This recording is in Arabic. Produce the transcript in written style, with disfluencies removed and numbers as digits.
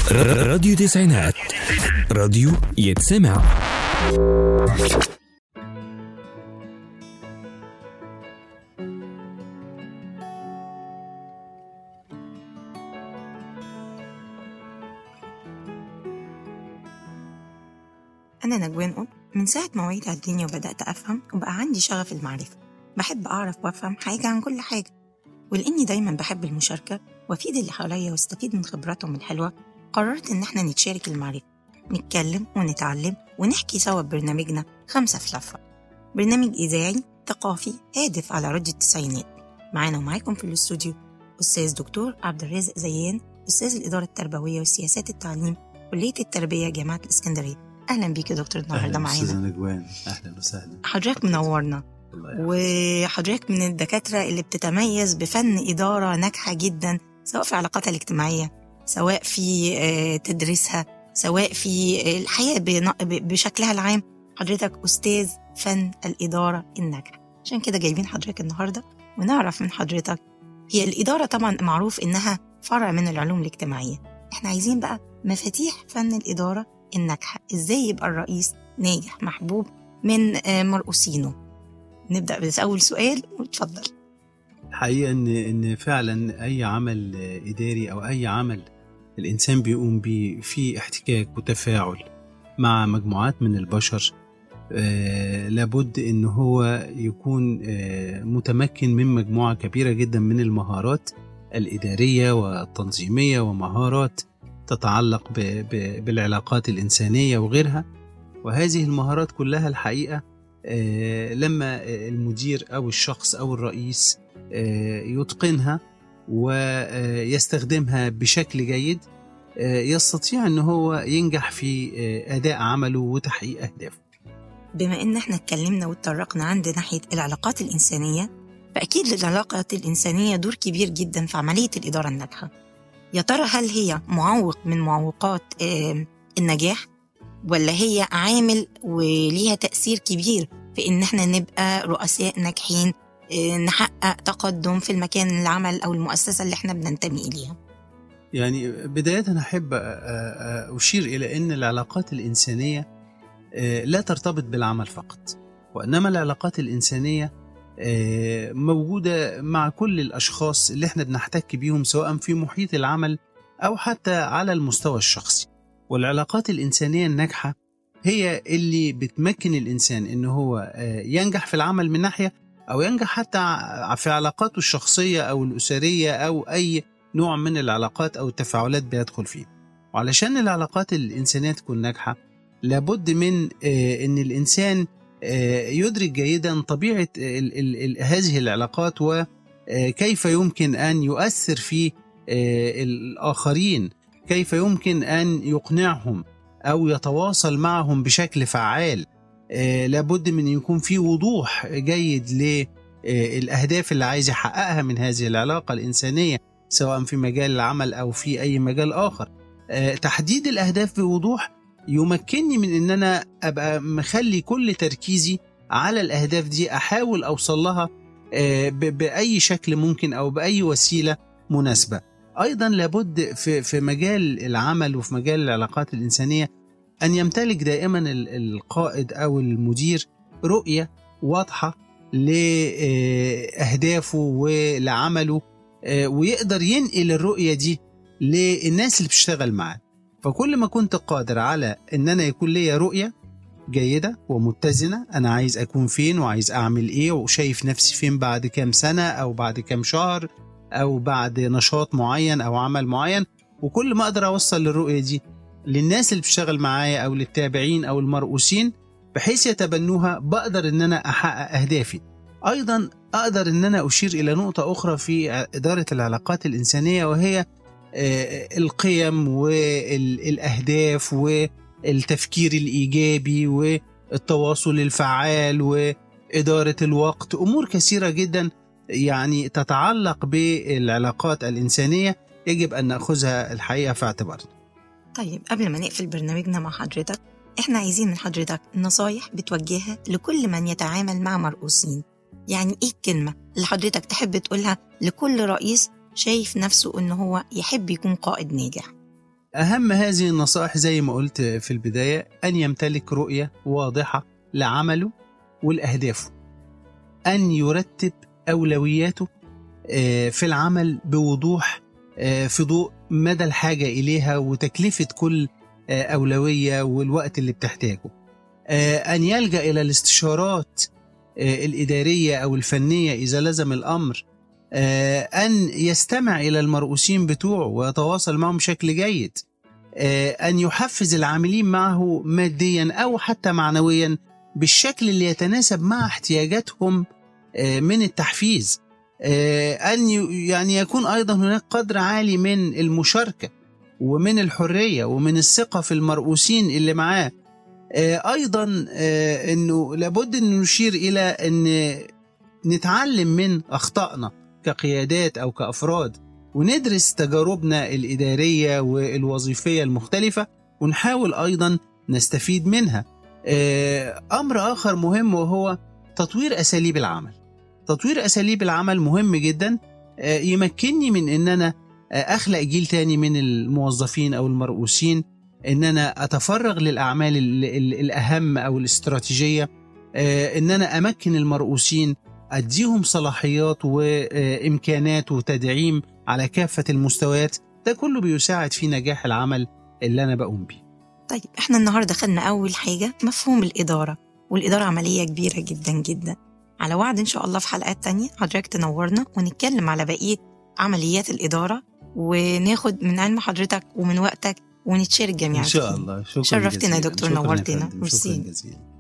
راديو تسعينات، راديو يتسمع. أنا نجوان قط. من ساعة ما وعيت على الدنيا وبدأت أفهم وبقى عندي شغف المعرفة، بحب أعرف وأفهم حاجة عن كل حاجة، ولأني دايما بحب المشاركة وأفيد اللي حواليا واستفيد من خبراتهم الحلوة، قررت إن احنا نتشارك المعرفة، نتكلم ونتعلم ونحكي سوا ببرنامجنا 5 في لفة، برنامج إذاعي ثقافي هادف على راديو التسعينات. معانا ومعاكم في الاستوديو أستاذ دكتور عبد الرازق زيان، أستاذ الإدارة التربوية وسياسات التعليم، كلية التربية جامعة الإسكندرية. أهلا بيك يا دكتور النهارده معانا. أهلا أستاذ نجوان، أهلا وسهلا. حضرتك منورنا، وحضرتك من الدكاترة اللي بتتميز بفن إدارة ناجحة جدا، سواء في علاقاتها الاجتماعية، سواء في تدريسها، سواء في الحياة بشكلها العام. حضرتك أستاذ فن الإدارة الناجحة، عشان كده جايبين حضرتك النهاردة ونعرف من حضرتك. هي الإدارة طبعا معروف إنها فرع من العلوم الاجتماعية، احنا عايزين بقى مفاتيح فن الإدارة الناجحة، إزاي يبقى الرئيس ناجح محبوب من مرؤوسينه. نبدأ بأول سؤال وتفضل. الحقيقة إن فعلا أي عمل إداري أو أي عمل الإنسان بيقوم بيه في احتكاك وتفاعل مع مجموعات من البشر، لابد إن هو يكون متمكن من مجموعة كبيرة جدا من المهارات الإدارية والتنظيمية، ومهارات تتعلق بالعلاقات الإنسانية وغيرها. وهذه المهارات كلها الحقيقة لما المدير أو الشخص أو الرئيس يتقنها ويستخدمها بشكل جيد، يستطيع أنه هو ينجح في أداء عمله وتحقيق أهدافه. بما إن احنا اتكلمنا واتطرقنا عند ناحية العلاقات الإنسانية، فأكيد للعلاقات الإنسانية دور كبير جدا في عملية الإدارة الناجحة. يا ترى هل هي معوق من معوقات النجاح، ولا هي عامل وليها تأثير كبير في إن احنا نبقى رؤساء ناجحين، نحقق تقدم في المكان العمل أو المؤسسة اللي احنا بننتمي إليها؟ يعني بداية أحب أشير إلى أن العلاقات الإنسانية لا ترتبط بالعمل فقط، وإنما العلاقات الإنسانية موجودة مع كل الأشخاص اللي احنا بنحتك بيهم، سواء في محيط العمل أو حتى على المستوى الشخصي. والعلاقات الإنسانية الناجحة هي اللي بتمكن الإنسان إنه هو ينجح في العمل من ناحية، أو ينجح حتى في علاقاته الشخصية أو الأسرية أو أي نوع من العلاقات أو التفاعلات بيدخل فيه. وعلشان العلاقات الإنسانية تكون ناجحة، لابد من إن الإنسان يدرك جيدا طبيعة هذه العلاقات، وكيف يمكن أن يؤثر في الآخرين، كيف يمكن أن يقنعهم أو يتواصل معهم بشكل فعال. لابد من يكون في وضوح جيد للأهداف اللي عايز يحققها من هذه العلاقة الإنسانية، سواء في مجال العمل أو في أي مجال آخر. تحديد الأهداف بوضوح يمكنني من أن أنا أبقى مخلي كل تركيزي على الأهداف دي، أحاول أوصل لها بأي شكل ممكن أو بأي وسيلة مناسبة. أيضا لابد في مجال العمل وفي مجال العلاقات الإنسانية أن يمتلك دائما القائد أو المدير رؤية واضحة لأهدافه ولعمله، ويقدر ينقل الرؤية دي للناس اللي بتشتغل معاه. فكل ما كنت قادر على أن أنا يكون لي رؤية جيدة ومتزنة، أنا عايز أكون فين وعايز أعمل إيه وشايف نفسي فين بعد كام سنة أو بعد كام شهر أو بعد نشاط معين أو عمل معين، وكل ما أقدر أوصل للرؤية دي للناس اللي بتشتغل معايا أو للتابعين أو المرؤوسين بحيث يتبنوها، بقدر أن أنا أحقق أهدافي. أيضا أقدر أن أنا أشير إلى نقطة أخرى في إدارة العلاقات الإنسانية، وهي القيم والأهداف والتفكير الإيجابي والتواصل الفعال وإدارة الوقت. أمور كثيرة جدا يعني تتعلق بالعلاقات الإنسانية يجب أن نأخذها الحقيقة في اعتبارنا. طيب قبل ما نقفل برنامجنا مع حضرتك، احنا عايزين من حضرتك نصايح بتوجهها لكل من يتعامل مع مرؤوسين. يعني ايه الكلمة اللي حضرتك تحب تقولها لكل رئيس شايف نفسه انه هو يحب يكون قائد ناجح؟ أهم هذه النصائح زي ما قلت في البداية أن يمتلك رؤية واضحة لعمله والأهدافه، أن يرتب أولوياته في العمل بوضوح في ضوء مدى الحاجة إليها وتكلفة كل أولوية والوقت اللي بتحتاجه، أن يلجأ إلى الاستشارات الإدارية أو الفنية إذا لزم الأمر، أن يستمع إلى المرؤوسين بتوعه ويتواصل معهم بشكل جيد، أن يحفز العاملين معه ماديا أو حتى معنويا بالشكل اللي يتناسب مع احتياجاتهم من التحفيز، أن يعني يكون أيضا هناك قدر عالي من المشاركة ومن الحرية ومن الثقة في المرؤوسين اللي معاه. أيضا أنه لابد أن نشير إلى أن نتعلم من أخطائنا كقيادات أو كأفراد، وندرس تجاربنا الإدارية والوظيفية المختلفة ونحاول أيضا نستفيد منها. أمر آخر مهم وهو تطوير أساليب العمل. تطوير أساليب العمل مهم جدا، يمكنني من أن أنا أخلق جيل تاني من الموظفين أو المرؤوسين، أن أنا أتفرغ للأعمال الأهم أو الاستراتيجية، أن أنا أمكن المرؤوسين أديهم صلاحيات وإمكانات وتدعيم على كافة المستويات. ده كله بيساعد في نجاح العمل اللي أنا بقوم بيه. طيب إحنا النهاردة خدنا أول حاجة مفهوم الإدارة، والإدارة عملية كبيرة جدا جدا. على وعد إن شاء الله في حلقات تانية حضرتك تنورنا ونتكلم على بقية عمليات الإدارة، وناخد من علم حضرتك ومن وقتك ونتشارك جميعا إن شاء الله. شرفتنا يا دكتور، نورتنا. شكرا جزيلا.